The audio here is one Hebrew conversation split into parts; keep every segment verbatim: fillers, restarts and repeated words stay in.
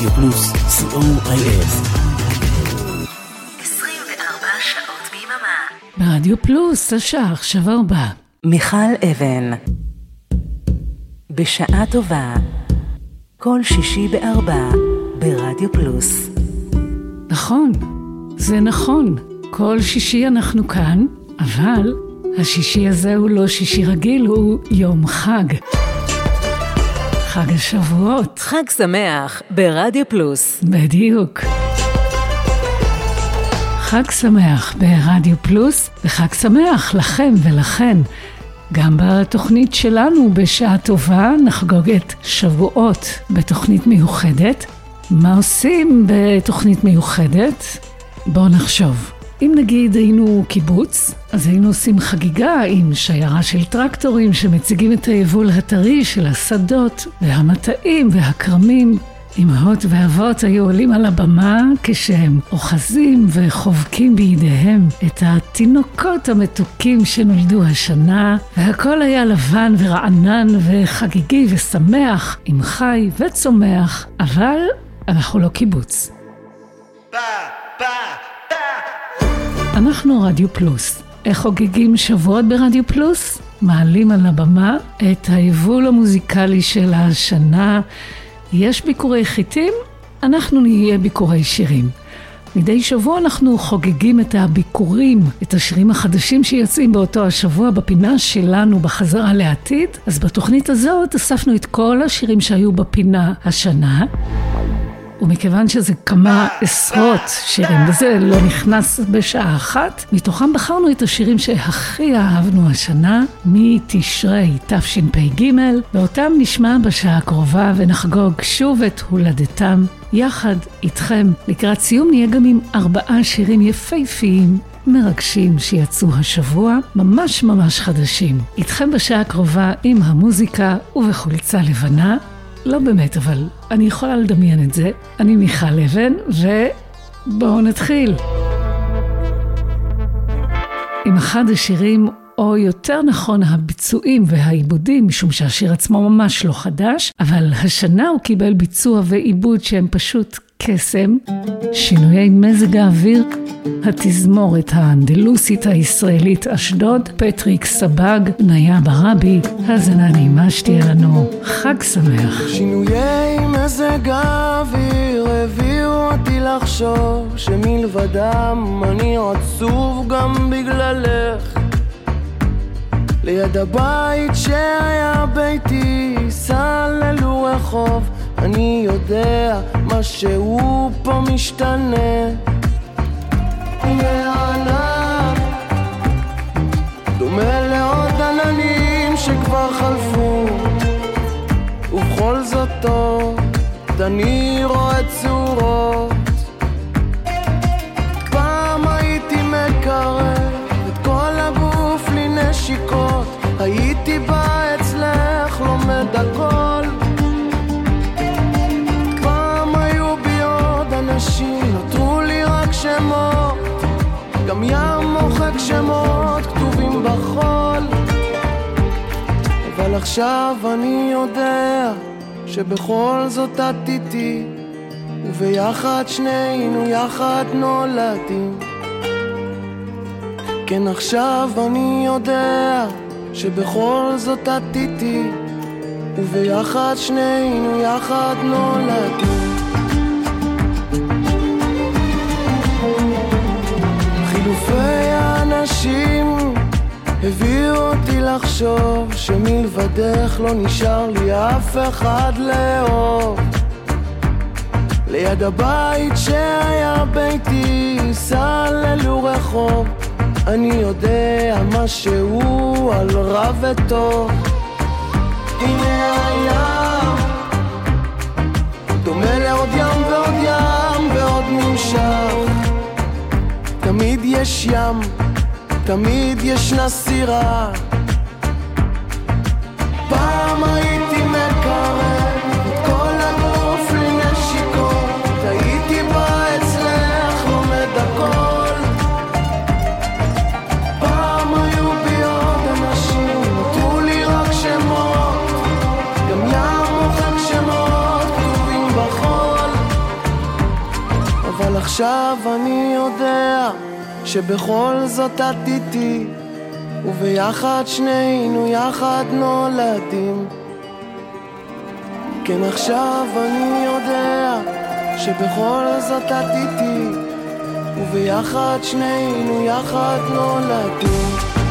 רדיו פלוס, סי או איי אס. עשרים וארבע שעות ביממה. ברדיו פלוס, השעה עכשיו ארבע. מיכל אבן. בשעה טובה. כל שישי בארבע. ברדיו פלוס. נכון, זה נכון. כל שישי אנחנו כאן, אבל השישי הזה הוא לא שישי רגיל, הוא יום חג. חג השבועות. חג שמח ברדיו פלוס. בדיוק. חג שמח ברדיו פלוס, וחג שמח לכם ולכן. גם בתוכנית שלנו בשעה טובה נחגוג את שבועות בתוכנית מיוחדת. מה עושים בתוכנית מיוחדת? בואו נחשוב. אם נגיד היינו קיבוץ, אז היינו עושים חגיגה עם שיירה של טרקטורים שמציגים את היבול הטרי של השדות והמטעים והקרמים. אמהות ואבות היו עולים על הבמה כשהם אוחזים וחובקים בידיהם את התינוקות המתוקים שנולדו השנה, והכל היה לבן ורענן וחגיגי ושמח, עם חי וצומח, אבל אנחנו לא קיבוץ. פה, פה, פה. אנחנו רדיו פלוס. איך חוגגים שבועות ברדיו פלוס? מעלים על הבמה את היבול המוזיקלי של השנה. יש ביקורי חיטים, אנחנו נהיה ביקורי שירים. מדי שבוע אנחנו חוגגים את הביקורים, את השירים החדשים שיוצאים באותו השבוע בפינה שלנו בחזרה לעתיד. אז בתוכנית הזאת אספנו את כל השירים שהיו בפינה השנה. ומכיוון שזה כמה עשרות שירים, וזה לא נכנס בשעה אחת, מתוכם בחרנו את השירים שהכי אהבנו השנה, מתשרי תשפ"ג, ואותם נשמע בשעה הקרובה ונחגוג שוב את הולדתם, יחד איתכם. לקראת סיום נהיה גם עם ארבעה שירים יפהפיים, מרגשים שיצאו השבוע, ממש ממש חדשים. איתכם בשעה הקרובה עם המוזיקה ובחולצה לבנה, לא באמת, אבל אני יכולה לדמיין את זה. אני מיכל אבן, ובואו נתחיל. עם אחד השירים, או יותר נכון הביצועים והעיבודים, משום שהשיר עצמו ממש לא חדש, אבל השנה הוא קיבל ביצוע ועיבוד שהם פשוט קסם. שינויי מזג האוויר, התזמורת האנדלוסית הישראלית אשדוד, פטריק סבג, ניה ברבי, האזנה נעימה שתהיה לנו חג שמח. שינויי מזג האוויר הביאו אותי לחשוב שמלבדם אני עצוב גם בגללך. ליד הבית שהיה ביתי סללו רחוב, אני יודע משהו פה משתנה. הענן דומה לעוד עננים שכבר חלפו, ובכל זאת טוב אני רואה צורות. פעם הייתי מקרב את כל הגוף לי נשיקות, הייתי בא אצלך לומד הכל. פעם היו בי עוד אנשים, נותרו לי רק שמות, גם ים מוחק שמות כתובים בחול. אבל עכשיו אני יודע שבכל זאת את איתי, וביחד שנינו יחד נולדים. כן, עכשיו אני יודע שבכל זאת את איתי, וביחד שנינו יחד נולדים. חילופי האנשים הביאו אותי לחשוב שמלבדך לא נשאר לי אף אחד לאהוב. ליד הבית שהיה ביתי סללו רחוב, אני יודע משהו על רע וטוב. הנה הים דומה לעוד ים ועוד ים ועוד נמשך. תמיד יש ים, תמיד ישנה סירה. פעם הייתי מקרב את כל הגוף לי נשיקות, הייתי בא אצלך לומד הכל. פעם היו בי עוד אנשים, נותרו לי רק שמות, גם ים מוחק שמות כתובים בחול. עכשיו אני יודע שבכל זאת את איתי, וביחד שנינו יחד נולדים. כן, עכשיו אני יודע שבכל זאת את איתי, וביחד שנינו יחד נולדים.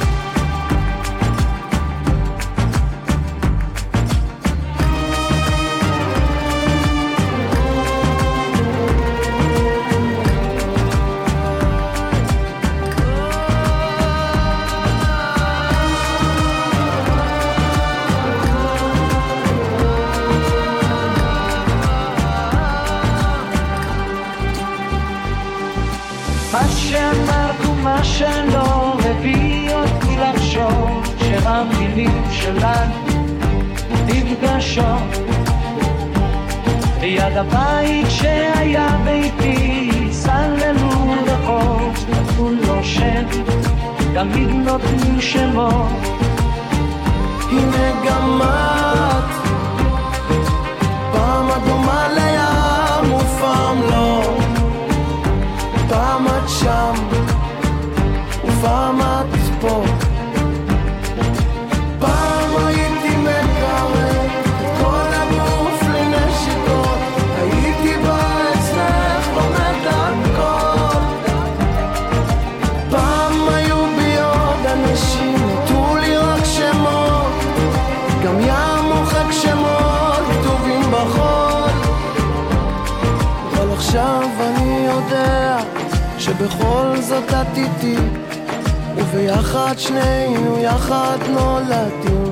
מה שלא מביא אותי לחשוב שהמילים שלנו נפגשות ליד הבית שהיה ביתי, סללו רחוב, נתנו לו שם, תמיד נותנים שמות. הנה גם את, פעם את דומה לים ופעם לא, פעם את שם ופעם את פה. פעם הייתי מקרב את כל הגוף לנשיקות, הייתי בא אצלך לומד הכל. פעם היו בי עוד אנשים, נתנו לי רק שמות, גם ים מוחק שמות כתובים בחול. אבל עכשיו אני יודע שבכל זאת את איתי, וביחד שנינו יחד נולדים.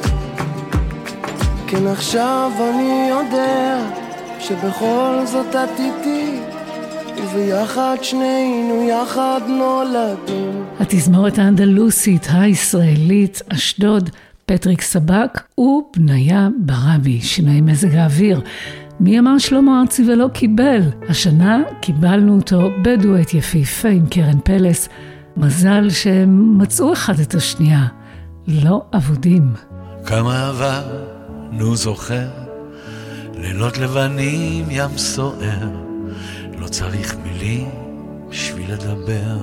כן, עכשיו אני יודע שבכל זאת את איתי, וביחד שנינו יחד נולדים. התזמורת האנדלוסית הישראלית אשדוד, פטריק סבק ובניה ברבי, שינוי מזג האוויר. מי אמר שלמה ארצי ולא קיבל? השנה קיבלנו אותו בדואט יפהפה עם קרן פלס. מזל שהם מצאו אחד את השנייה, לא עבודים. כמה אהבה, נו זוכר, לילות לבנים ים סוער, לא צריך מילים בשביל לדבר.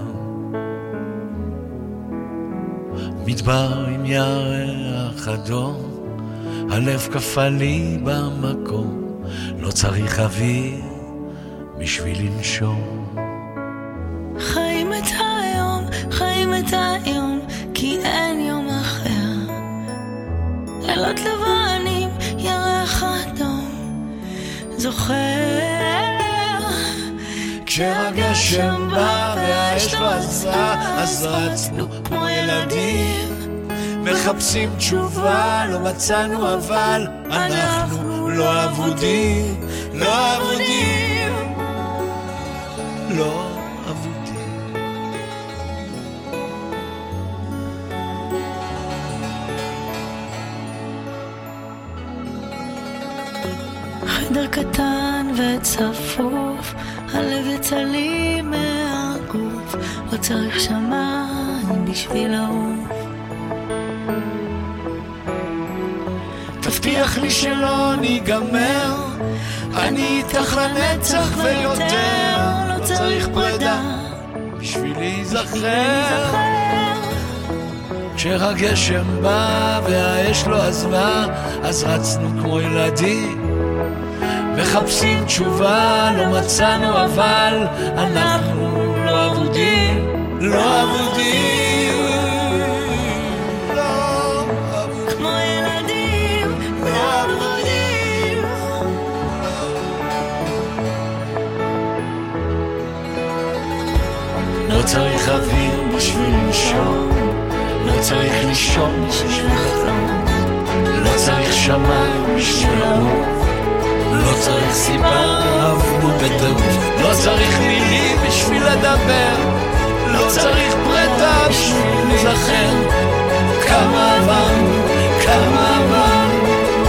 מדבר עם ירח אדום, הלב קפא לי במקום, לא צריך אוויר בשביל לנשום. חיים את היום, חיים את היום, כי אין יום אחר. לילות לבנים, ירח אדום, זוכר. כשהגשם בא והאש לא עזרה, אז רצנו כמו ילדים, מחפשים תשובה, לא מצאנו, אבל אנחנו לא אבודים, לא אבודים, לא אבודים. חדר קטן וצפוף, הלב יצא לי מהגוף, לא צריך שמיים בשביל לעוף. תבטיח לי שלא ניגמר, אני איתך לנצח ויותר, לא צריך פרידה בשביל להיזכר. כשהגשם בא והאש לא עזבה, אז רצנו כמו ילדים, מחפשים תשובה, לא מצאנו, אבל אנחנו לא אבודים, לא אבודים, לא אבודים, כמו ילדים, לא אבודים. לא צריך אוויר בשביל לנשום, לא צריך לישון בשביל לחלום, לא צריך שמיים בשביל לעוף, לא צריך סיבה, אהבנו בטעות, לא צריך מילים בשביל לדבר, לא צריך פרטה בשביל להיזכר. כמה עברנו, כמה עברנו.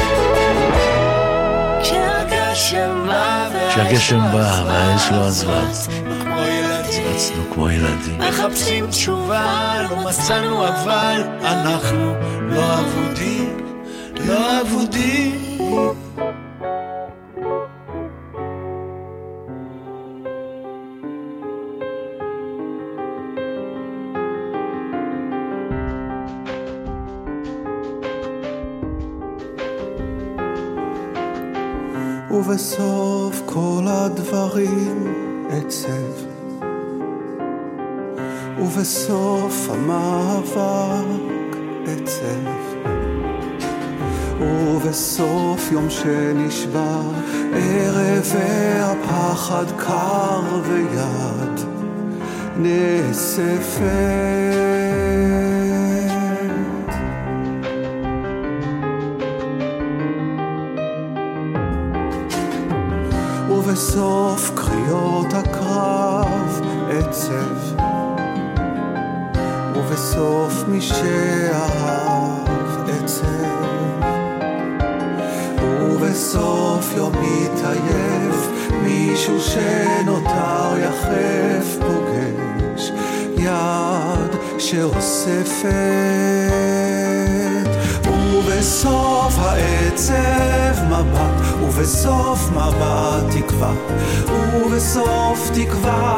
כשהגשם בא כשהגשם בא והאש לא עזבה, רצנו כמו ילדים, מחפשים תשובה, לא מצאנו, אבל אנחנו לא אבודים, לא אבודים. ובסוף כל הדברים עצב, ובסוף המאבק עצב, ובסוף יום שנשבר ערב והפחד קר ויד נאספת, ובסוף קריאות הקרב עצב, ובסוף מי שאהב עצב, ובסוף יום מתעייף מישהו שנותר יחף פוגש יד שאוספת, ובסוף העצב מבט, ובסוף מבט תקווה, ובסוף תקווה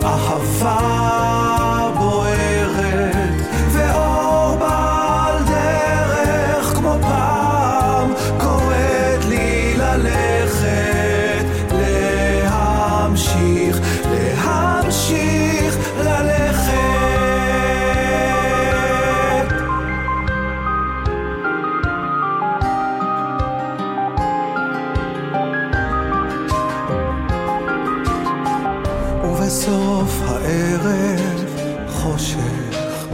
אהבה בוערת ואור בעל דרך כמו פעם קוראת לי ללכת, להמשיך, להמשיך ללכת. ובסוף הערב חושך,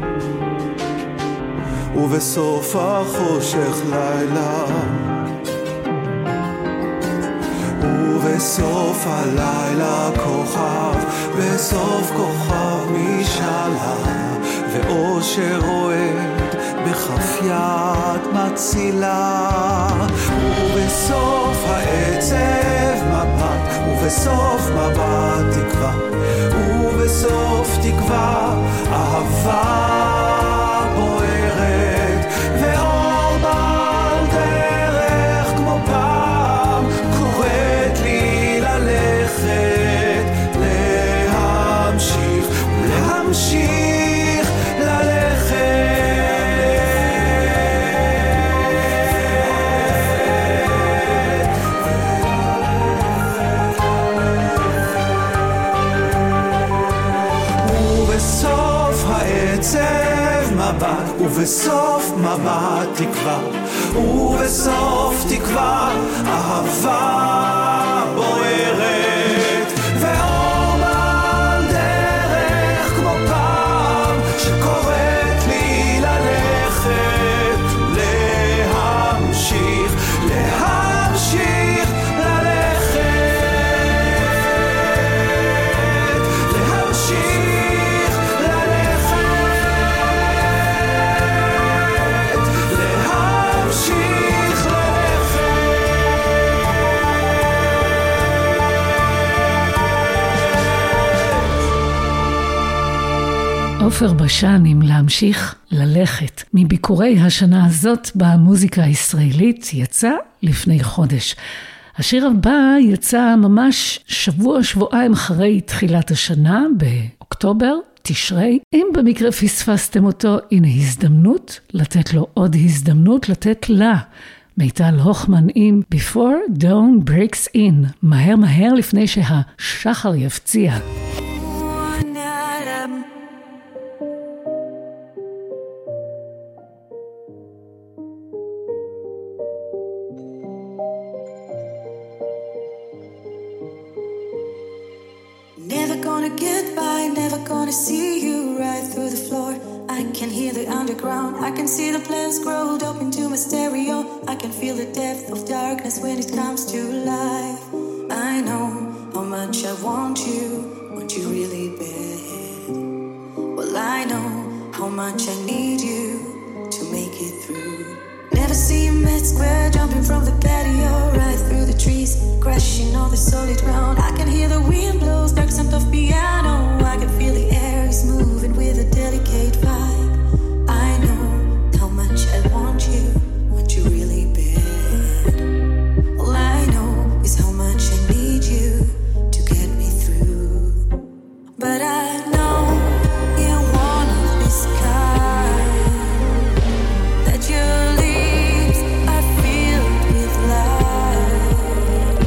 ובסוף החושך לילה, ובסוף הלילה כוכב, בסוף כוכב משאלה, ואושר רועד בכף יד מצילה, ובסוף העצב מבט, ובסוף מבט תקווה, ובסוף תקווה אהבה בוערת ואור בעל דרך כמו פעם קוראת לי ללכת, להמשיך, להמשיך ללכת. מבט, ובסוף מבט תקווה, ובסוף תקווה אהבה בוערת ואור בעל דרך כמו פעם שקוראת לי ללכת, להמשיך, להמשיך ללכת, להמשיך ללכת, להמשיך ללכת. עופר בשן עם להמשיך ללכת. מביקורי השנה הזאת במוזיקה הישראלית יצא לפני חודש. השיר הבא יצא ממש שבוע שבועיים אחרי תחילת השנה באוקטובר תשרי. אם במקרה פספסתם אותו, הנה הזדמנות לתת לו עוד הזדמנות, לתת לה מיטל הוכמן עם Before Dawn Breaks In, מהר מהר לפני שהשחר יפציע. Never gonna get by, never gonna see you right through the floor. I can hear the underground, I can see the plants grow up into my stereo. I can feel the depth of darkness when it comes to life. I know how much I want you, want you really bad. Well, I know how much I need you to make it through. Never see you met square, jumping from the patio, right through the trees, crashing on the solid ground. I can hear the wind blows, dark sound of piano. I can feel the air is moving with a delicate vibe. I know how much I want you, want you really bad. All I know is how much I need you to get me through. But I know you're one of this kind, that your lips are filled with light.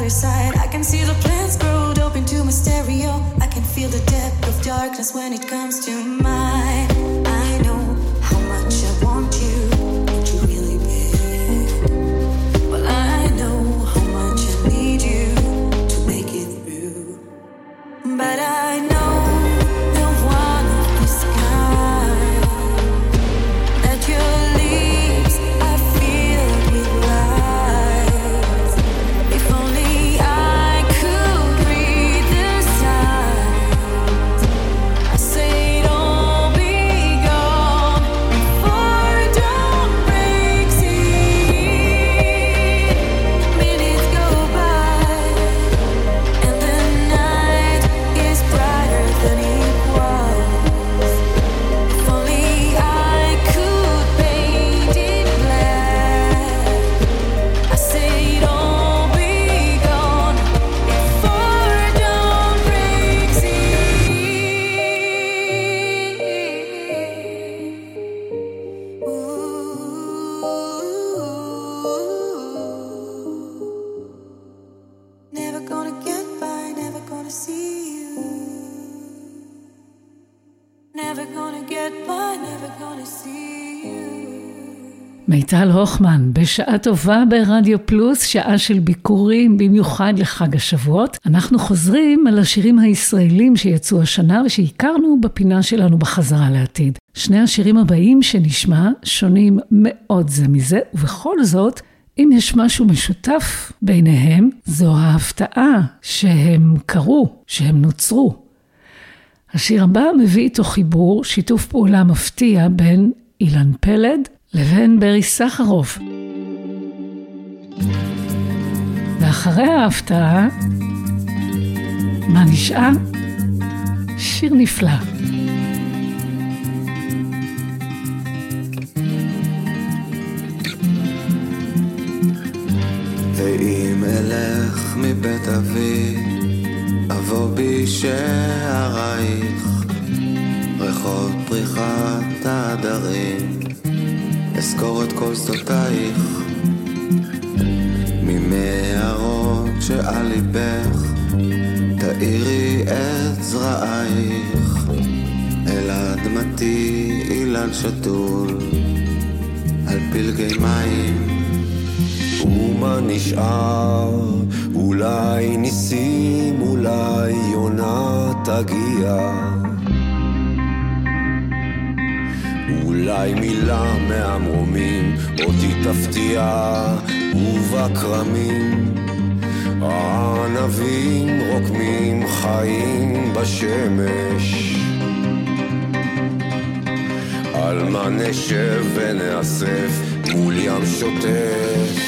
your side. I can see the plants grow up into my stereo. I can feel the depth of darkness when it comes to mine. I know how much I want you, but you really big. Well, I know how much I need you to make it through. But I know the one of the sky that your lips are filled with lies. If only I could read the signs. I say don't be gone before dawn breaks in. Minutes go by and the night is brighter than it was. If only I could paint it black. I say don't be gone before dawn breaks in. Ooh. Never gonna get by, never gonna see you. Never gonna get by, never gonna see you. מיטל הוכמן, בשעה טובה ברדיו פלוס, שעה של ביקורים במיוחד לחג השבועות. אנחנו חוזרים על השירים הישראלים שיצאו השנה ושהכרנו בפינה שלנו בחזרה לעתיד. שני השירים הבאים שנשמע שונים מאוד זה מזה, ובכל זאת, אם יש משהו משותף ביניהם, זו ההפתעה שהם קרו, שהם נוצרו. השיר הבא מביא איתו חיבור, שיתוף פעולה מפתיע בין אילן פלד לבין ברי סחרוף. ואחרי ההפתעה, מה נשאר? שיר נפלא. ואם אלך מבית אבי, אבוא בשערייך, ריחות פריחת העדרים, אזכור את כל שדותייך, ממערות שעל ליבך, תאירי את זרעייך, אל אדמתי אילן שתול, על פלגי מים. ומה נשאר? אולי ניסים, אולי יונה תגיע, אולי מילה מהמרומים אותי תפתיע, ובקרמים הענבים רוקמים חיים בשמש. על מה נשב ונאסף מול ים שוטף,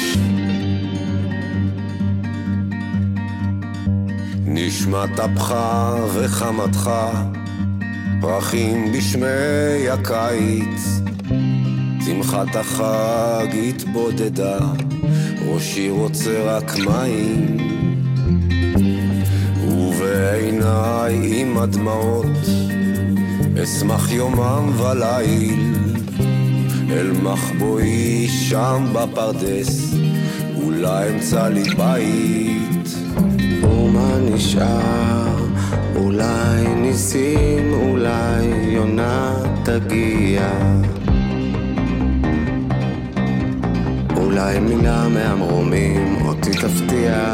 נשמת אפך וחמתך, פרחים בשמי הקיץ, שמחת החג התבודדה, ראשי רוצה רק מים, ובעיניי עם הדמעות אשמח יומם וליל, אל מחבואי שם בפרדס, אולי אמצא לי בית. ומה נשאר? אולי ניסים, אולי יונה תגיע, אולי מילה מהמרומים אותי תפתיע,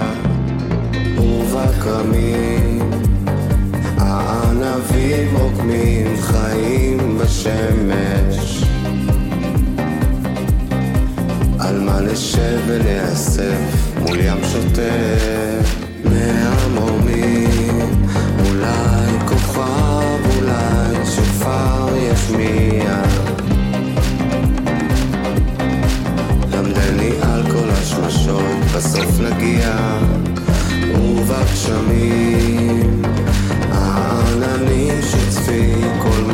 ובקרמים הענבים רוקמים חיים בשמש. על מה נשב ונאסף מול ים שוטף, מהמרומים אולי כוכב, אולי שופר ישמיע, למדני על כל השמשות בסוף נגיע, ובגשמים העננים שצפי כל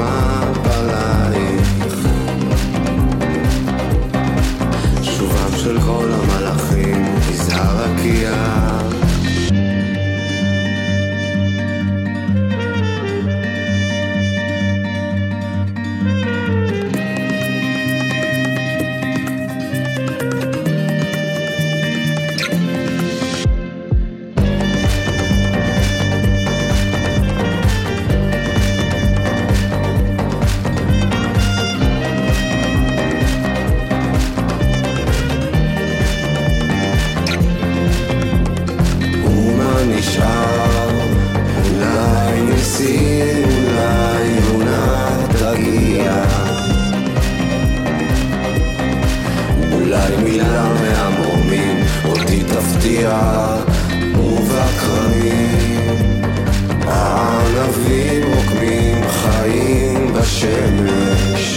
השמש,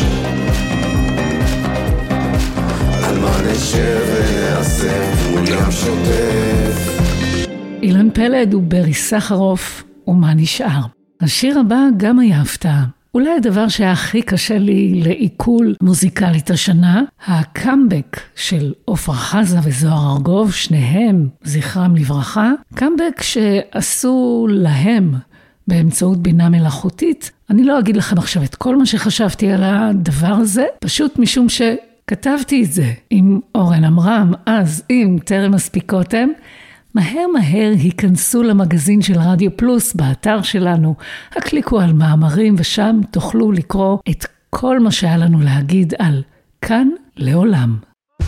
על מה נשב ונעשה מול ים שוטף. אילן פלד וברי סחרוף, ומה נשאר? השיר הבא גם היה הפתעה. אולי הדבר שהיה הכי קשה לי לעיכול מוזיקלית השנה, הקאמבק של עופרה חזה וזוהר ארגוב, שניהם זכרם לברכה, קאמבק שעשו להם באמצעות בינה מלאכותית. אני לא אגיד לכם עכשיו את כל מה שחשבתי על הדבר הזה, פשוט משום שכתבתי את זה עם אורן אמרם, אז אם טרם מספיקותם, מהר מהר היכנסו למגזין של רדיו פלוס באתר שלנו, הקליקו על מאמרים ושם תוכלו לקרוא את כל מה שהיה לנו להגיד על כאן לעולם.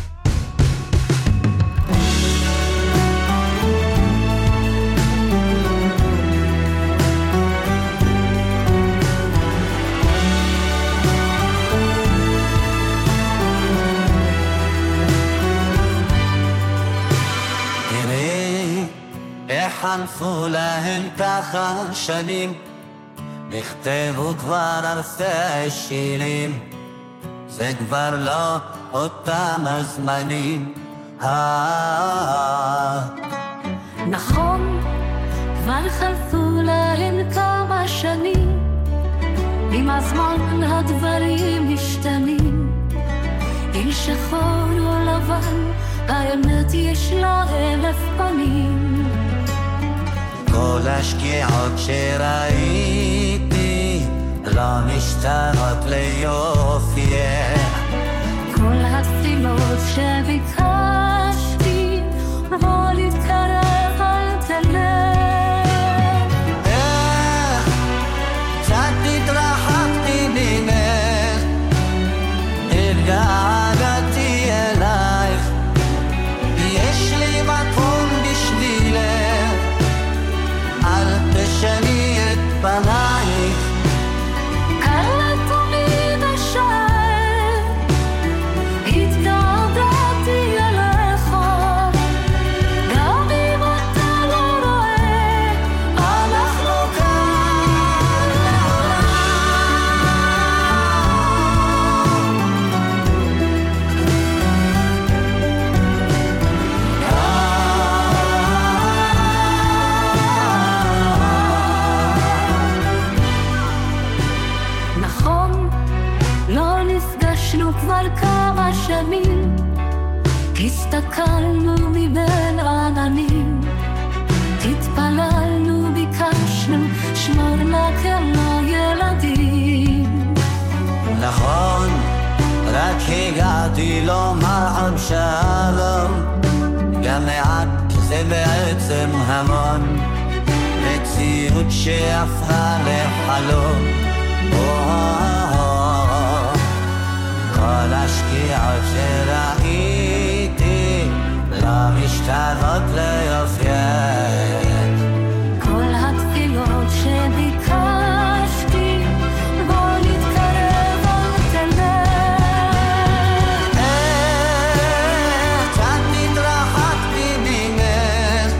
חלפו להם ככה שנים, נכתבו כבר אלפי שירים, זה כבר לא אותם הזמנים. נכון, כבר חלפו להם כמה שנים, עם הזמן הדברים משתנים, אם שחור או לבן, האמת יש לה אלף פנים. כל השקיעות שראיתי לא משתנות ליופי, כל התפילות שביקשתי בוא להתקרב אל תלך, איך קצת התרחקתי ממך, התגעגעתי אלייך, יש לי מקום בשבילך, אל תשני את פנייך, קר לתמיד השער, התגעגעתי אליך, גם אם אתה לא רואה, אנחנו כאן נכון, לא נפגשנו כבר כמה שנים, הסתכלנו מבין עננים, התפללנו, ביקשנו, שמור לה כמו ילדים. נכון, רק הגעתי לומר שלום, גם מעט זה בעצם המון, מציאות שהפכה לחלום. כל השקיעות שראיתי לא משתנות ליופי, כל התפילות שביקשתי בוא נתקרב אל תלך, איך קצת התרחקתי ממך,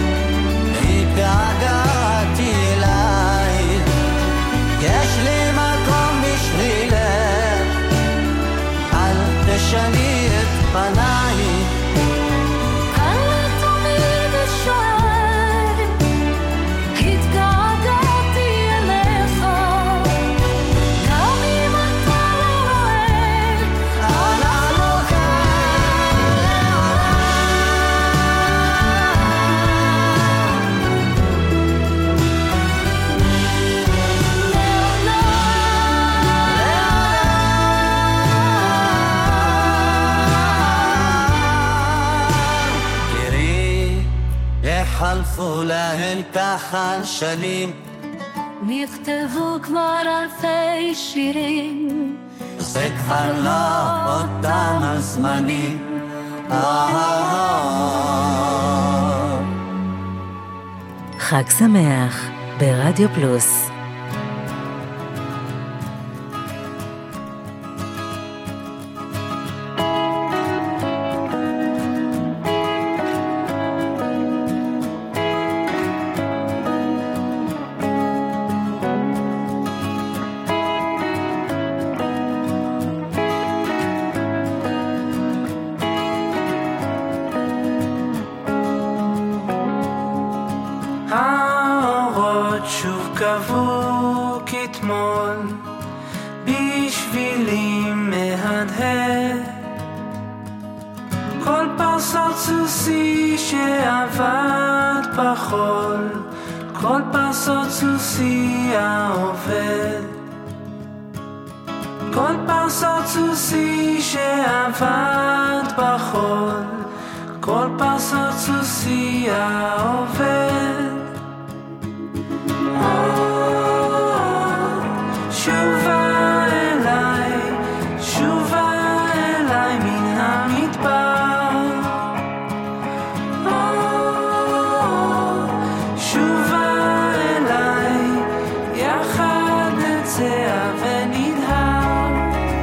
התגעגעתי אלייך, יש לי מקום בשבילך, אל תשני את פנייך, קר לתמיד השער, התגעגעתי אליך, גם אם אתה לא רואה, אנחנו חלפו להן ככה שנים, נכתבו כבר אלפי שירים, זה כבר לא אותם הזמנים. חג שמח ברדיו פלוס. קבעו כתמול בשבילי מהדהד כל פרסות סוסי שעבד בחול כל פרסות סוסי העובד כל פרסות סוסי שעבד בחול כל פרסות סוסי העובד שובה אליי, שובה אליי מן המדבר שובה אליי, יחד נצא ונדהר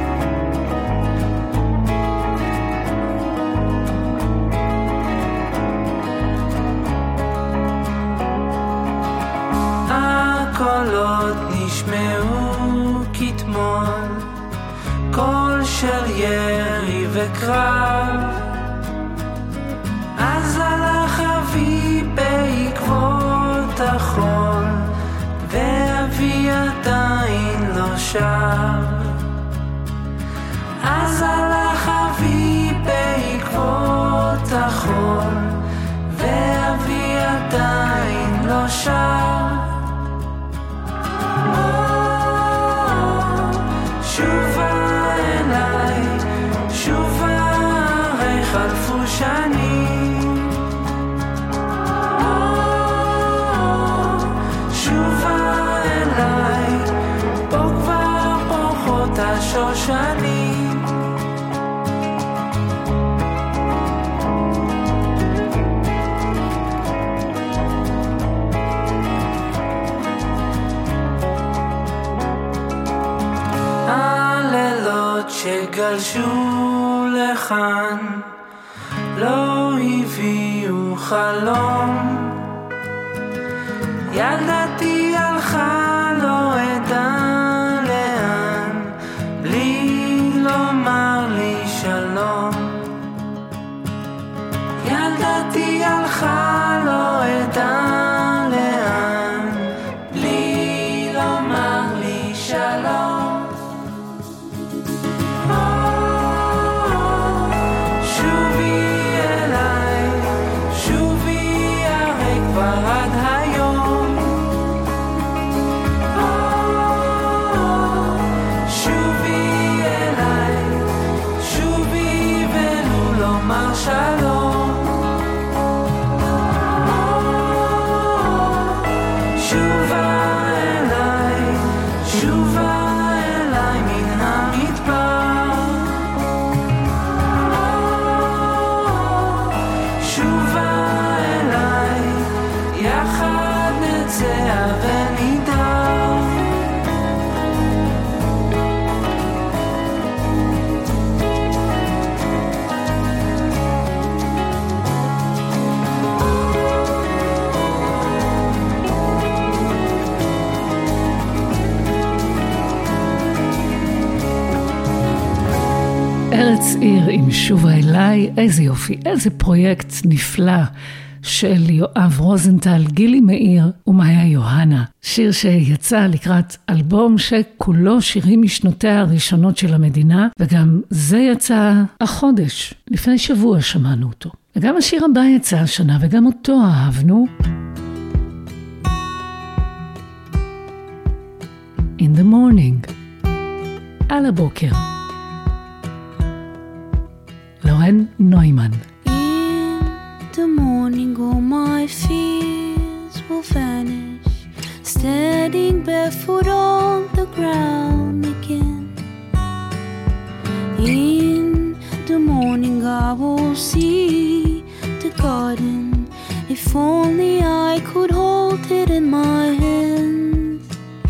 הקולות נשמעו כתמול קול של ירי וקרב אז הלך אבי בעקבות החול ואבי עדיין לא שב אז הלך אבי בעקבות החול ואבי עדיין לא שב שובה אליי, שובה הרי חלפו שנים שובה אליי, פה כבר פורחות השושנים שגלשו לכאן לא הביאו חלום ילדתי הלכה לא אדע לאן בלי לומר לי שלום ילדתי הלכה לא אדע לאן בלי לומר לי שלום ארץ עיר עם שובה אליי, איזה יופי, איזה פרויקט נפלא של יואב רוזנטל, גילי מאיר ומאיה יוהנה. שיר שיצא לקראת אלבום שכולו שירים משנותיה הראשונות של המדינה, וגם זה יצא החודש, לפני שבוע שמענו אותו. וגם השיר הבא יצא השנה, וגם אותו אהבנו. In the morning, על הבוקר. לורן נוימן. In the morning all my fears will vanish, standing barefoot on the ground again. In the morning I will see the garden, if only I could hold it in my hand.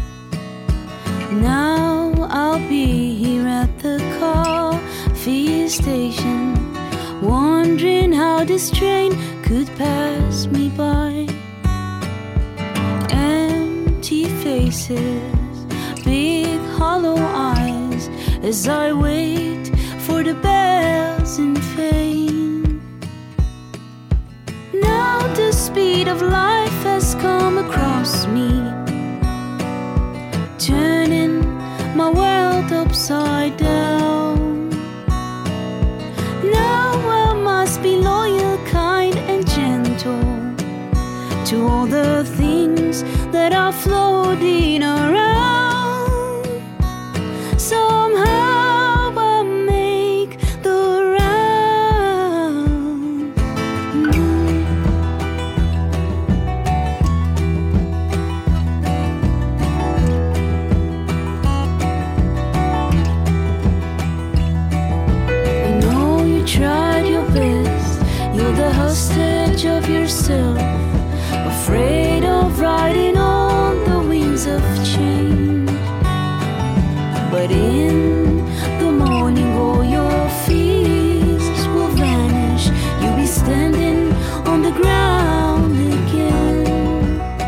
Now I'll be here at the coffee station, wondering how this train could pass me by. Empty faces, big hollow eyes, as I wait for the bells in vain. Now the speed of life has come across me, turning my world upside down. Now I must be loyal, kind and gentle to all the things that are floating around. Somehow I make the round. Mm. I know you tried your best. You're the hostage of yourself, afraid of riding on the wings of change. But in the morning all your fears will vanish. You'll be standing on the ground again.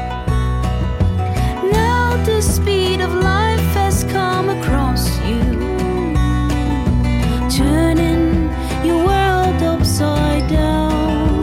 Now the speed of life has come across you, turning your world upside down.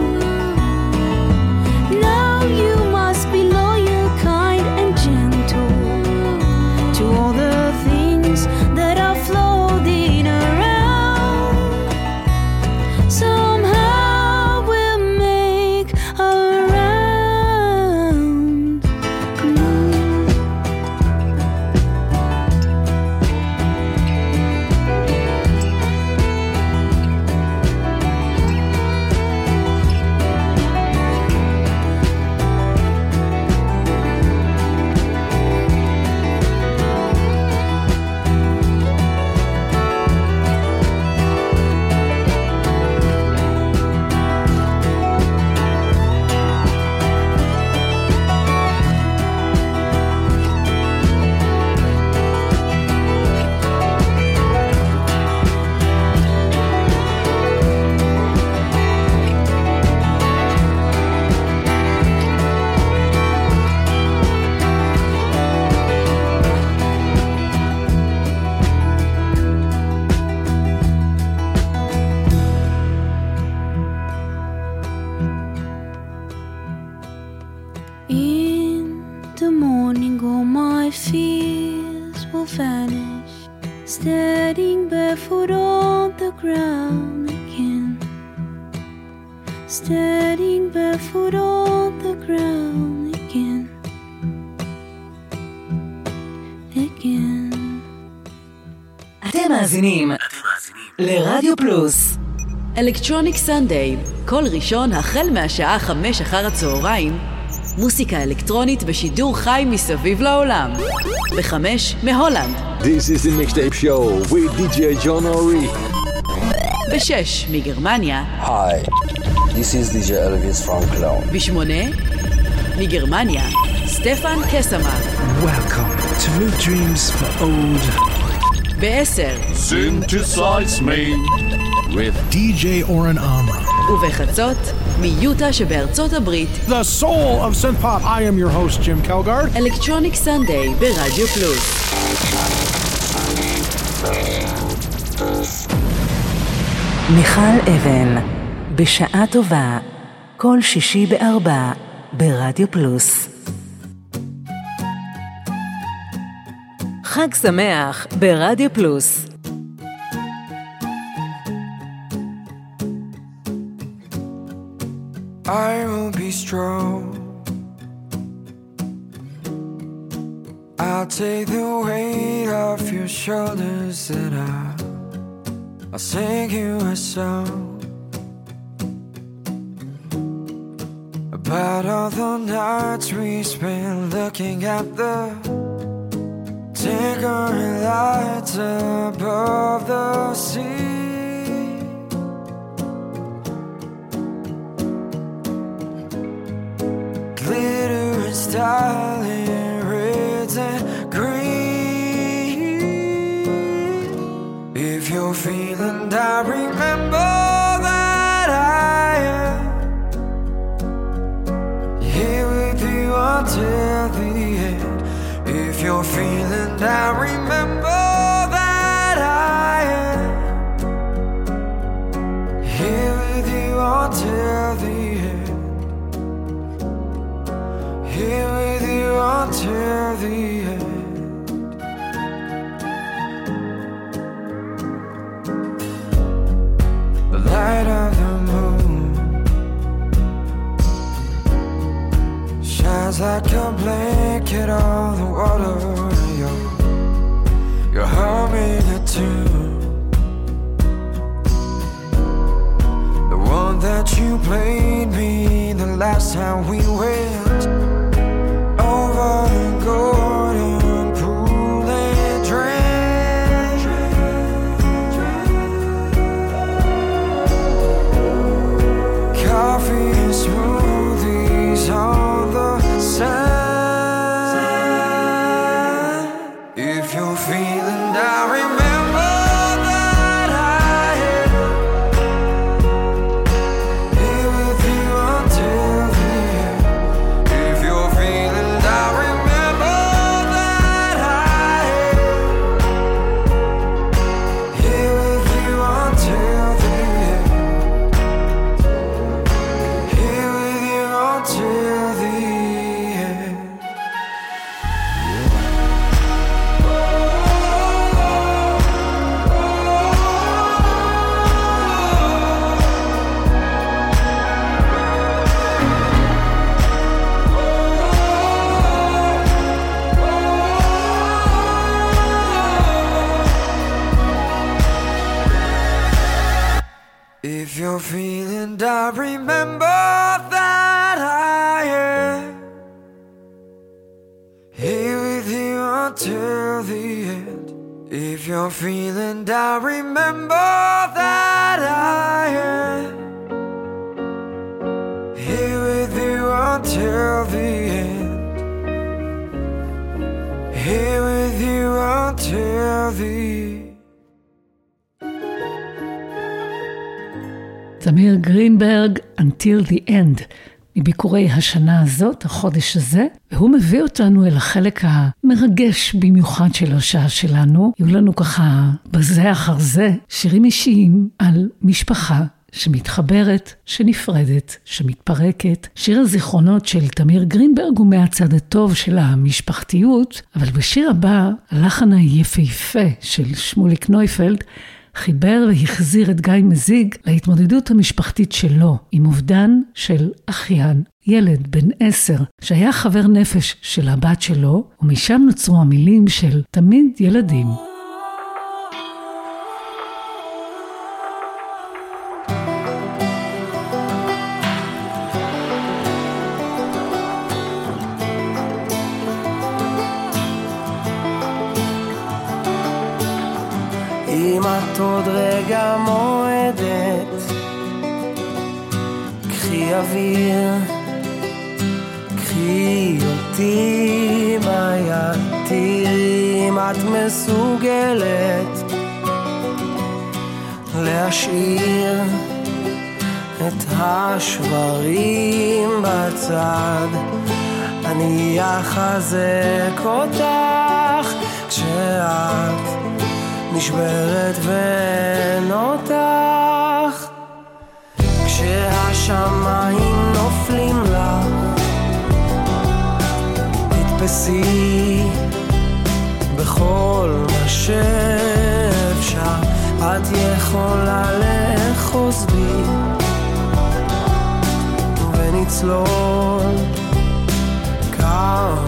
אתם מאזינים לרדיו פלוס. אלקטרוניק סנדיי, כל ראשון החל מהשעה חמש אחר הצהריים, מוסיקה אלקטרונית בשידור חי מסביב לעולם. בחמש מהולנד. This is the mixtape show with די ג'יי John Ori. בשש מגרמניה. Hi, this is די ג'יי Elvis from Cologne. בשמונה מגרמניה, סטפן קסמר. Welcome to New Dreams for Old. בעשר Synthesize me with די ג'יי Oren Amram. ובחצות מיוטה שבארצות הברית. The soul of synth pop. I am your host Jim Kelgard. אלקטרוניק סנדיי ברדיו פלוס. מיכל אבן, בשעה טובה, כל שישי בארבע ברדיו פלוס. חג שמח ברדיו פלוס. I will be strong. I'll take the weight off your shoulders and I'll, I'll sing you a song about all the nights we spent looking at the tinkering lights above the sea. Glitter and style in reds and green. If you're feeling down, remember that I am here with you until the end. If you're feeling down, remember that I am here with you until the end. Here with you until the end. a blanket on the water. You're, you're humming a tune, the one that you played me the last time we went over the golden pool and drank coffee and smoothies on the side. If you're feeling down, remember that I am here with you until the end. If you're feeling down, remember that I am here with you until the end. Here with you until the end. If you're feeling down, remember that I am here with you until the end. If you're feeling down, remember that I am here with you until the end. Here with you until the end. תמיר גרינברג, Until the End, מביקורי השנה הזאת, החודש הזה, והוא מביא אותנו אל החלק המרגש במיוחד של השעה שלנו. יהיו לנו ככה בזה אחר זה שירים אישיים על משפחה שמתחברת, שנפרדת, שמתפרקת. שיר הזיכרונות של תמיר גרינברג הוא מהצד הטוב של המשפחתיות, אבל בשיר הבא, הלחן היפהפה של שמוליק נויפלד, חיבר והחזיר את גיא מזיג להתמודדות המשפחתית שלו עם אובדן של אחיין, ילד בן עשר, שהיה חבר נפש של הבת שלו, ומשם נוצרו המילים של תמיד ילדים. אם את עוד רגע מועדת, קחי אוויר, קחי אותי ביד, תראי אם את מסוגלת להשאיר את השברים בצד. אני אחזק אותך כשאת נשברת ואין אותך, כשהשמיים נופלים לך, תתפסי בכל מה שאפשר. את יכולה לחוס בי ונצלול כמה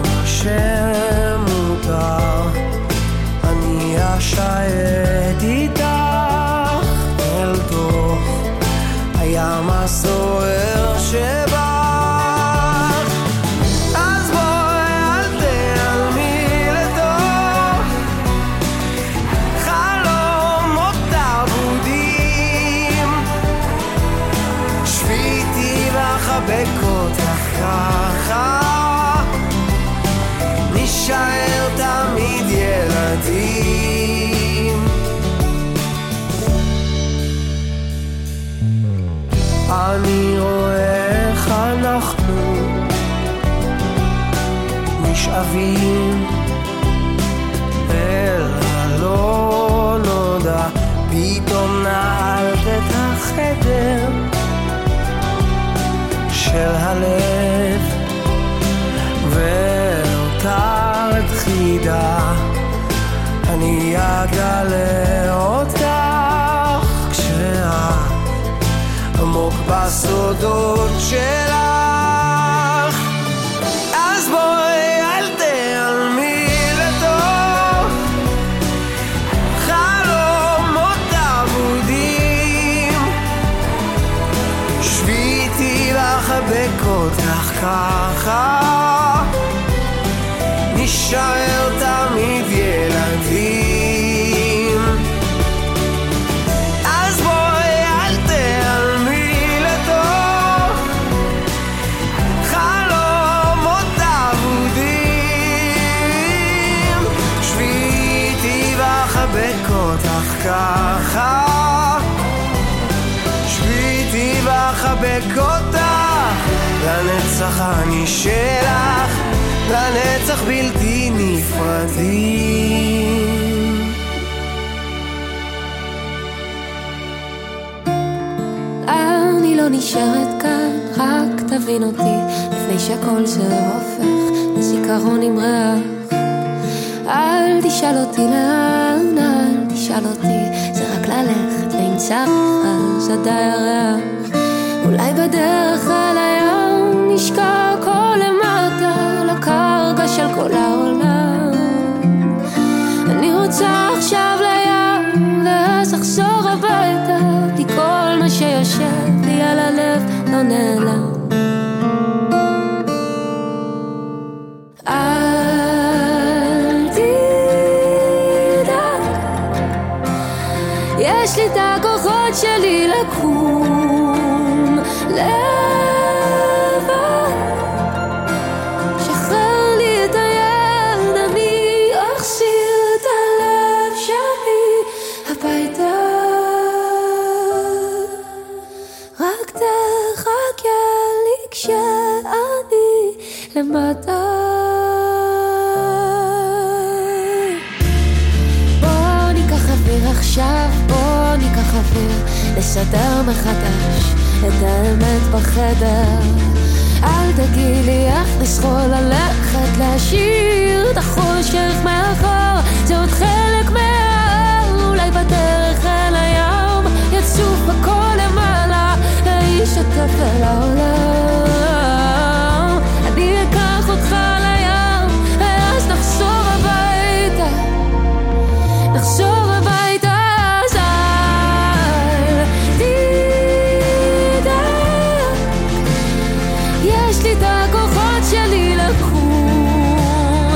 שמותר. אני אשייט איתך אל תוך הים הסוער שבך. אז בואי אל תעלמי לתוך חלומות אבודים, שבי איתי ואחבק אותך ככה, נשאר תמיד ילדים. אני רואה איך אנחנו נשאבים אל הלא נודע. פתאום נעלת את החדר של הלב והותרת חידה. אני אגלה אותך כשאת עמוק בסודות שלך. אז בואי אותך ככה נשאר תמיד ילדים. אז בואי אל תעלמי לתוך חלומות אבודים. שבי איתי ואחבק אותך ככה, שבי איתי ואחבק אותך, לנצח אני שלך, לנצח בלתי נפרדים. אני לא נשארת כאן, רק תבין אותי לפני שהכל זה הופך לזיכרון עם ריח. אל תשאל אותי לאן, אל תשאל אותי, זה רק ללכת ואם צריך אז עדי הריח. אולי בדרך אל הים נשקע כל למטה לקרקע של כל העולם. אני רוצה עכשיו לים ואז אחזור הביתה, כי כל מה שיושב לי על הלב לא נעלם. אל תדאג, יש לי את הכוחות שלי לקום לבד. שחרר לי את היד, אני אחזיר את הלב שלי הביתה. רק תחכה לי כשאני למטה. בוא ניקח אוויר עכשיו, בוא ניקח אוויר, לסדר מחדש את האמת בחדר. אל תגידי איך לסחול ללכת, להשאיר את החושך מאחור, זה עוד חלק מהאור. אולי בדרך אל הים יצוף הכל למעלה, להישטף אל העולם. אני אקח אותך לים ואז נחזור הביתה, נחזור הביתה. אז אל תדאג, יש לי את הכוחות שלי לקום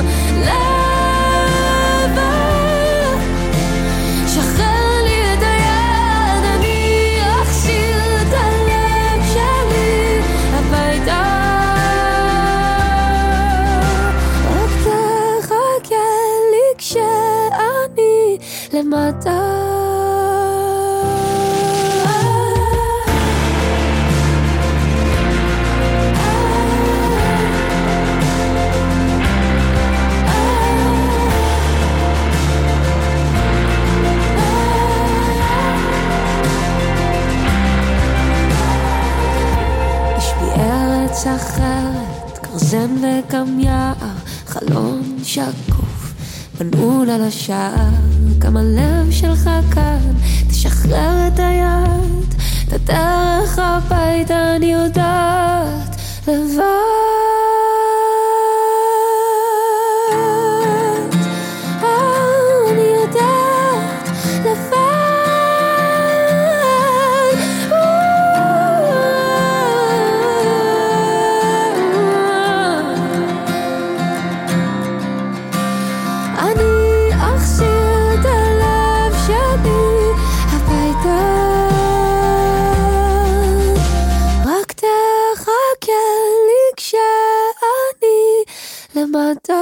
לבד. שחרר לי את היד, אני אחזיר את הלב שלי הביתה. רק תחכה לי כשאני למטה. יש בי ארץ אחרת, קרזן וגם יער, חלון שקוף בנעול על השער. גם הלב שלך כאן, תשחרר את היד, את הדרך הביתה אני יודעת לבד. אני יודעת לבד. אני אחזיר את הלב שלי הביתה. רק תחכה לי כשאני למטה.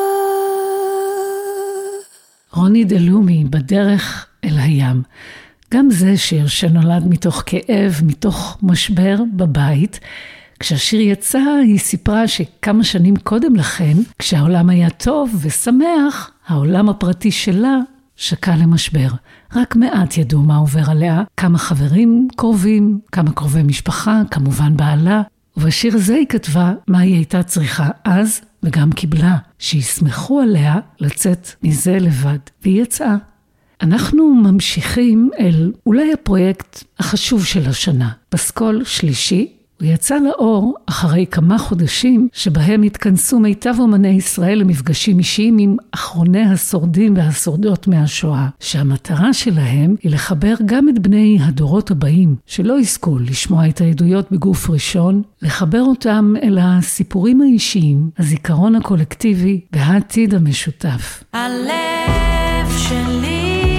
רוני דלומי, בדרך אל הים. גם זה שיר שנולד מתוך כאב, מתוך משבר בבית. כשהשיר יצא, היא סיפרה שכמה שנים קודם לכן, כשהעולם היה טוב ושמח, העולם הפרטי שלה שקע למשבר. רק מעט ידעו מה עובר עליה, כמה חברים קרובים, כמה קרובי משפחה, כמובן בעלה. ובשיר הזה היא כתבה מה היא הייתה צריכה אז, וגם קיבלה, שיסמכו עליה לצאת מזה לבד. והיא יצאה. אנחנו ממשיכים אל אולי הפרויקט החשוב של השנה, פסקול שלישי. הוא הוא יצא לאור אחרי כמה חודשים שבהם התכנסו מיטב אומני ישראל למפגשים אישיים עם אחרוני השורדים והשורדות מהשואה, שהמטרה שלהם היא לחבר גם את בני הדורות הבאים שלא יזכו לשמוע את העדויות בגוף ראשון, לחבר אותם אל הסיפורים האישיים, הזיכרון הקולקטיבי והעתיד המשותף. הלב שלי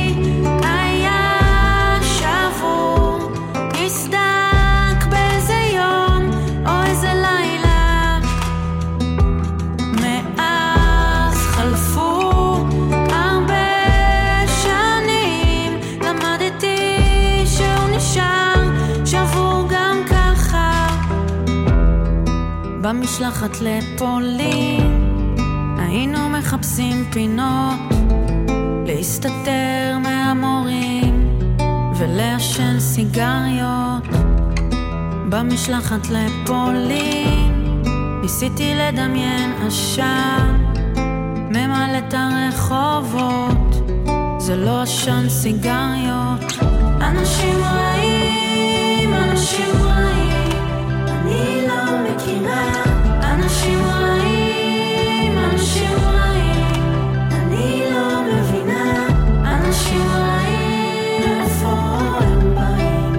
במשלחת לפולין היינו מחפשים פינות להסתתר מהמורים ולעשן סיגריות. במשלחת לפולין ניסיתי לדמיין עשן ממלא את הרחובות, זה לא עשן סיגריות. אנשים רעים, אנשים רעים, אני לא מכירה. אנשים רעים, אנשים רעים, אני לא מבינה. אנשים רעים, איפה הם באים?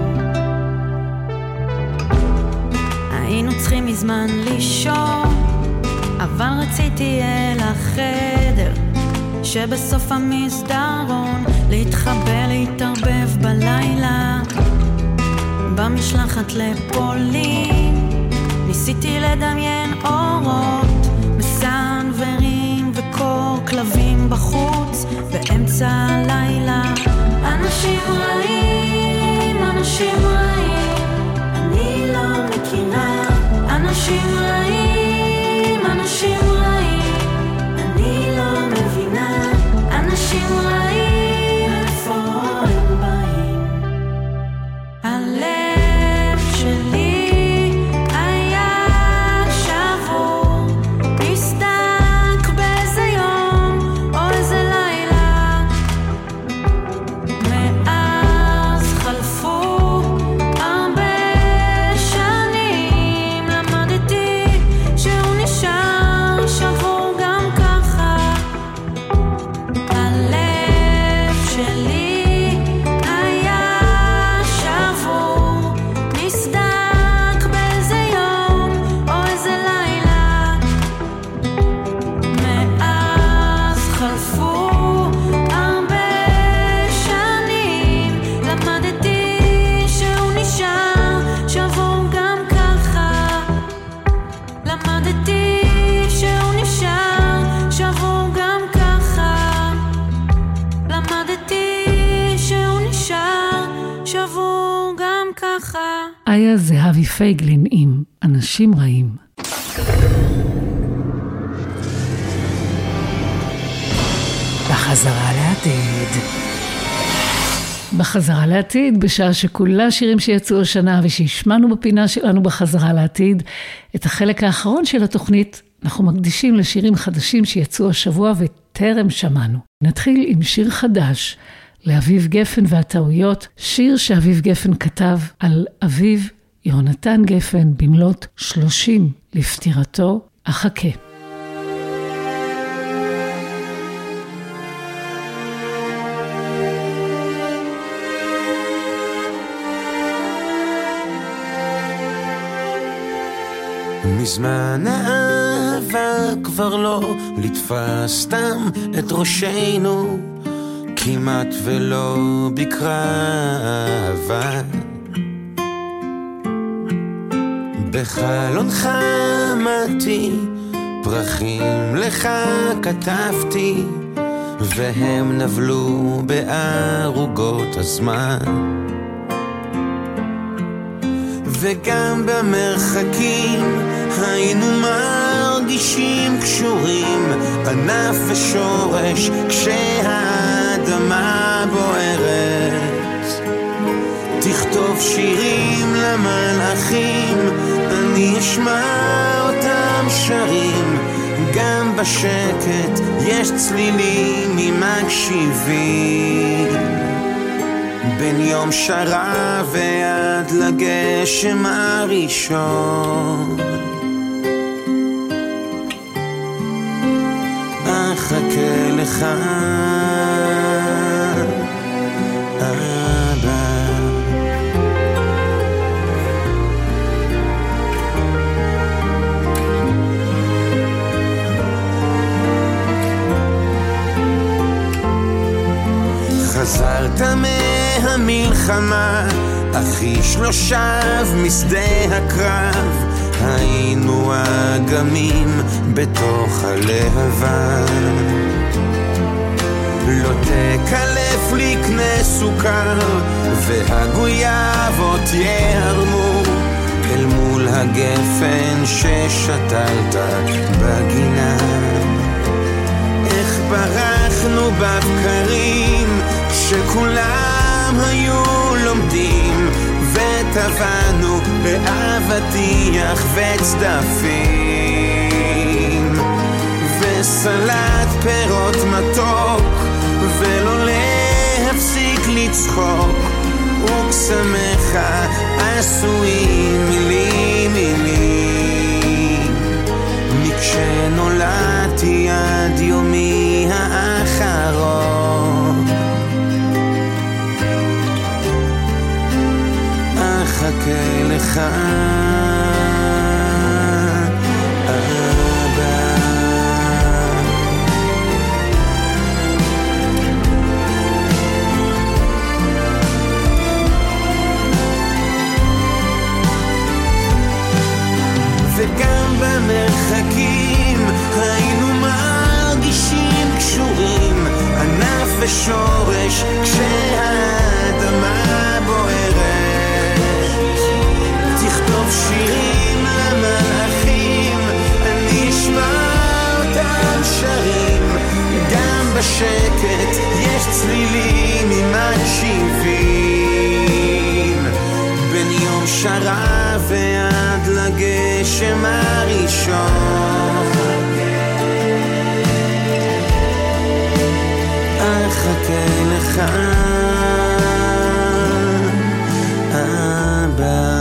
היינו צריכים מזמן לישון, אבל רציתי אל החדר שבסוף המסדרון, להתחבא, להתערבב בלילה. במשלחת לפולין ניסיתי לדמיין אורות מסנוורים וקור כלבים בחוץ באמצע הלילה. אנשים רעים, אנשים רעים, אני לא מכירה. אנשים רעים, אנשים רעים, אני לא מבינה. אנשים רעים, איפה הם באים? הלב שלי היה זהבי פייגלין עם אנשים רעים. בחזרה לעתיד. בחזרה לעתיד, בשעה שכולה שירים שיצאו השנה ושהשמענו בפינה שלנו בחזרה לעתיד, את החלק האחרון של התוכנית אנחנו מקדישים לשירים חדשים שיצאו השבוע וטרם שמענו. נתחיל עם שיר חדש לאביב גפן והטעויות, שיר שאביב גפן כתב על אביו יהונתן גפן במלות שלושים לפטירתו. אחכה. מזמן האהבה כבר לא לתפס סתם את ראשנו, כמעט ולא בקרה אהבה. בחלונך עמדתי, פרחים לך כתבתי, והם נבלו בערוגות הזמן. וגם במרחקים היינו מרגישים קשורים, ענף ושורש כשהאדמה בוערת. תכתוב שירים למלאכים, אני אשמע אותם שרים, גם בשקט יש צלילים ממקשיבים. בין בין יום שרה ועד לגשם הראשון אחכה לך חזרת מהמלחמה, אך איש לא שב משדה הקרב, היינו אגמים בתוך הלהבה. לא תקלף לי קנה סוכר, והגויאבות יערמו, אל מול הגפן ששתלת בגינה. איך ברחנו בבקרים, שכולם היו לומדים, וטבענו באבטיח וצדפים, וסלט פירות מתוק, ולא להפסיק לצחוק, וקסמך עשויים מילים מילים, מכשנולדתי עד יומי האחרון אחכה לך אבא. וגם במרחקים היינו מרגישים קשורים, ענף ושורש כשהאדמה בוערת. תכתוב שירים למלאכים, אני אשמע אותם שרים, גם בשקט יש צלילים מקשיבים, בין יום שרה ועד לגשם הראשון אחכה לך אבא.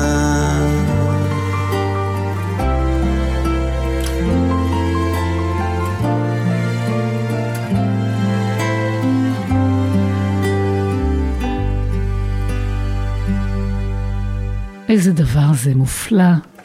איזה דבר זה מופלא.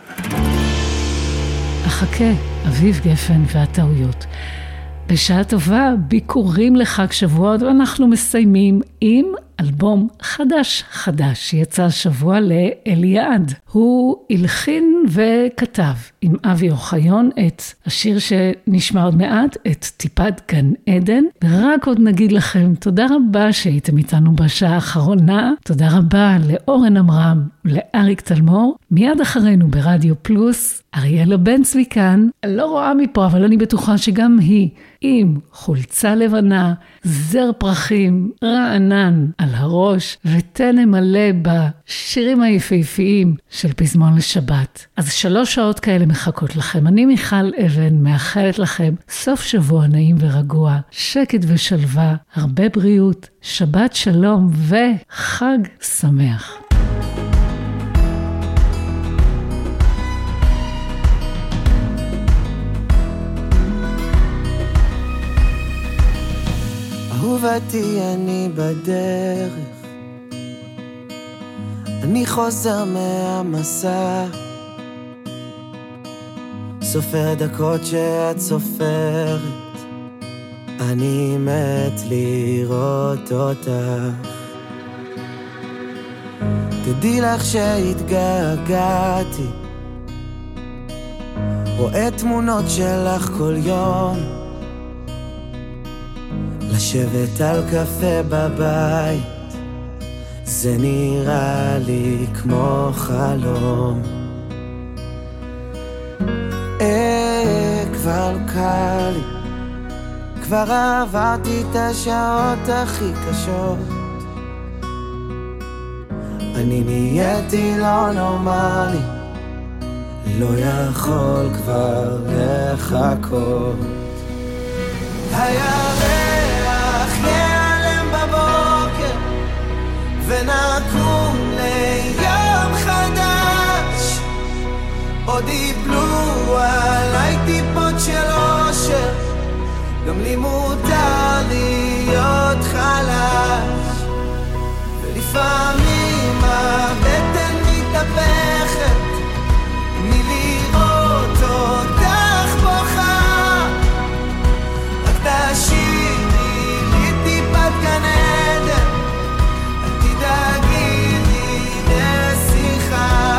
אחכה, אביב גפן והטעויות. בשעה טובה, ביקורים לחג שבועות, ואנחנו מסיימים עם אלבום חדש חדש שיצא השבוע לאליעד. הוא הלחין וכתב עם אבי אוחיון את השיר שנשמע עוד מעט, את טיפת גן עדן. ורק עוד נגיד לכם תודה רבה שהייתם איתנו בשעה האחרונה. תודה רבה לאורן אמרם, לאריק תלמור. מיד אחרינו ברדיו פלוס, אריאלה בן צבי כאן. לא רואה מפה, אבל אני בטוחה שגם היא עם חולצה לבנה, זר פרחים, רענן על הראש, ותנם מלא בשירים היפהפיים של פזמון לשבת. אז שלוש שעות כאלה מחכות לכם. אני מיכל אבן, מאחלת לכם סוף שבוע נעים ורגוע, שקט ושלווה, הרבה בריאות, שבת שלום וחג שמח. אהובתי אני בדרך, אני חוזר מהמסע, סופר דקות שאת סופרת, אני מת לראות אותך. תדעי לך שהתגעגעתי, רואה תמונות שלך כל יום, לשבת על קפה בבית, זה נראה לי כמו חלום. אה, כבר קל לי, כבר עברתי את השעות הכי קשות, אני נהייתי לא נורמלי, לא יכול כבר לחכות. הירח ייעלם בבוקר ונקום ליום חדש. עוד יפלו עליי טיפות של אושר, גם לי מותר להיות חלש. ולפעמים הבטן מתהפכת מלראות אותך בוכה, רק תשאירי לי טיפת גן עדן, אל תדאגי לי נסיכה.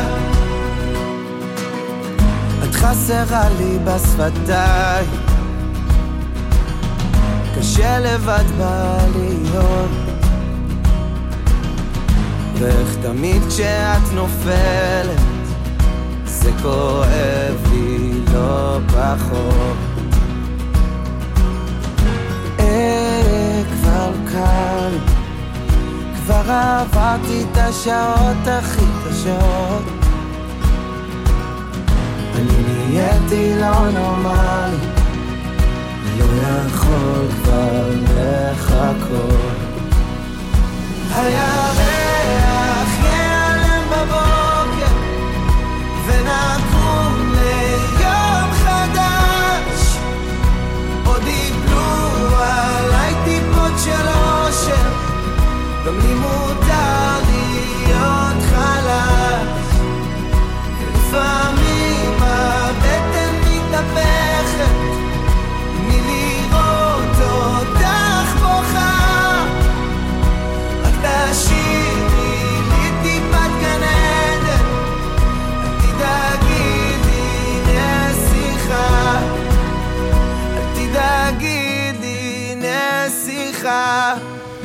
את חסרה לי בשפתיי, קשה לבד בעליות, ואיך תמיד כשאת נופלת זה כואב לי לא פחות. אה, כבר קל, כבר עברתי את השעות הכי קשות, אני נהייתי לא נורמלי, לא יכול כבר לחכות. הירח ייעלם בבוקר ונקום ליום חדש, עוד יפלו עליי טיפות של אושר, גם לי מותר להיות חלש. ולפעמים הבטן מתהפכת מלראות אותך בוכה, רק תשאירי לי טיפת גן עדן, אל תדאגי לי נסיכה, אל תדאגי לי נסיכה.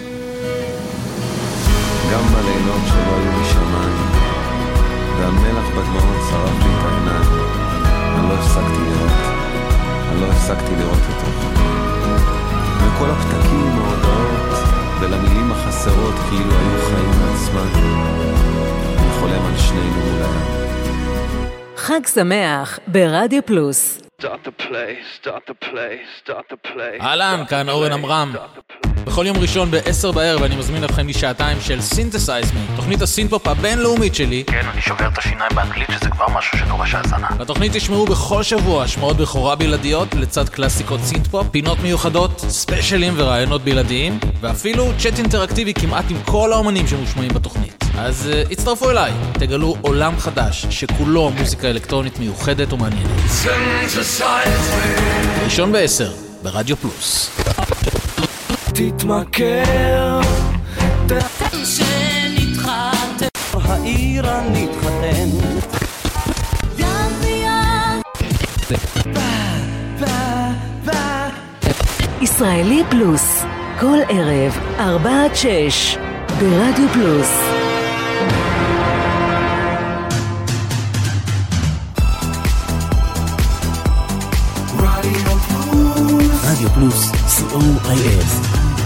גם בלילות שלא היו משמיים והמלח בדמעות שרף לי את העיניים, אני לא הפסקתי לראות, אני לא הפסקתי לראות אותו. וכל הפתקים, ההודעות ולמילים החסרות כאילו היו חיים מעצמם, אני חולם על שנינו מול הים. חג שמח ברדיו פלוס. Start the play, start the play, start the play. אהלן, כאן אורן אמרם. בכל יום ראשון ב-עשר בערב אני מזמין אתכם לשעתיים של Synthesize Me, תוכנית הסינפופ הבינלאומית שלי. כן, אני שובר את השיניים באנגלית, שזה כבר משהו שדורש האזנה. בתוכנית תשמעו בכל שבוע השמעות בכורה בלעדיות לצד קלאסיקות סינתפופ, פינות מיוחדות, ספיישלים ורעיונות בלעדיים, ואפילו צ'אט אינטראקטיבי כמעט עם כל האומנים שמושמעים בתוכנית. אז uh, הצטרפו אליי, תגלו עולם חדש שכולו מוזיקה אלקטרונית מיוחדת ומעניינת. ראשון בעשר ברדיו פלוס. תתמכר שנתחתן העיר הנתחתן יד ביד ישראלי פלוס, כל ערב ארבע עד שש ברדיו פלוס. רדיו פלוס, סי או איי אס